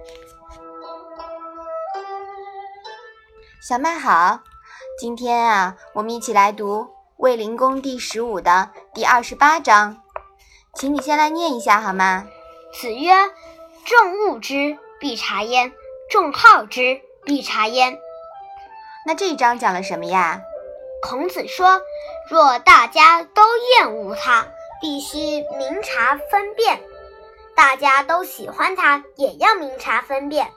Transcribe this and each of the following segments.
小麦好，今天我们一起来读《卫灵公》第15的第28章，请你先来念一下好吗？ 子曰：众恶之，必察焉；众好之，必察焉。 那这一章讲了什么呀？ 孔子说，若大家都厌恶他，必须明察分辨；大家都喜欢他，也要明察分辨。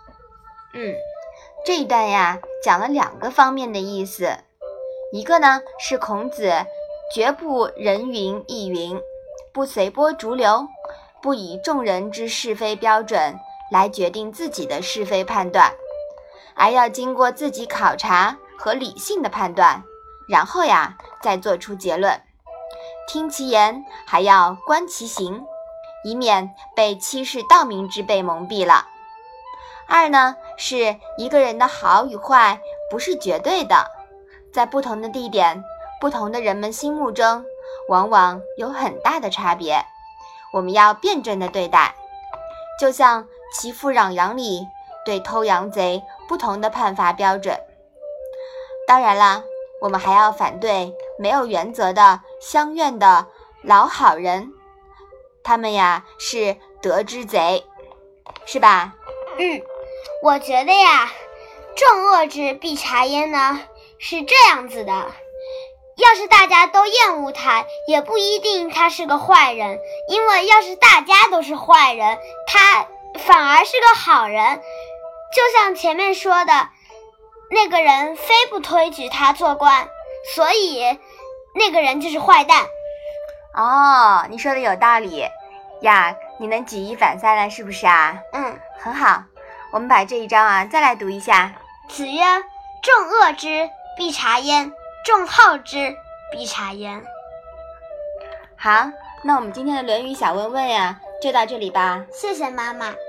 这一段讲了2个方面的意思。一个呢是孔子绝不人云亦云，不随波逐流，不以众人之是非标准来决定自己的是非判断，而要经过自己考察和理性的判断，然后再做出结论。听其言，还要观其行，以免被欺世盗名之辈蒙蔽了。二呢，是一个人的好与坏不是绝对的，在不同的地点，不同的人们心目中，往往有很大的差别，我们要辩证的对待。就像其父攘阳里对偷羊贼不同的判罚标准。当然啦，我们还要反对没有原则的乡愿的老好人，他们是德之贼，是吧？ 我觉得众恶之，必察焉呢，是这样子的。要是大家都厌恶他，也不一定他是个坏人，因为要是大家都是坏人，他反而是个好人。就像前面说的，那个人非不推举他做官，所以那个人就是坏蛋。 你说的有道理呀，你能举一反三了是不是啊？很好，我们把这一章再来读一下。 子曰：众恶之，必察焉；众好之，必察焉。 好，那我们今天的论语小问问就到这里吧。 谢谢妈妈。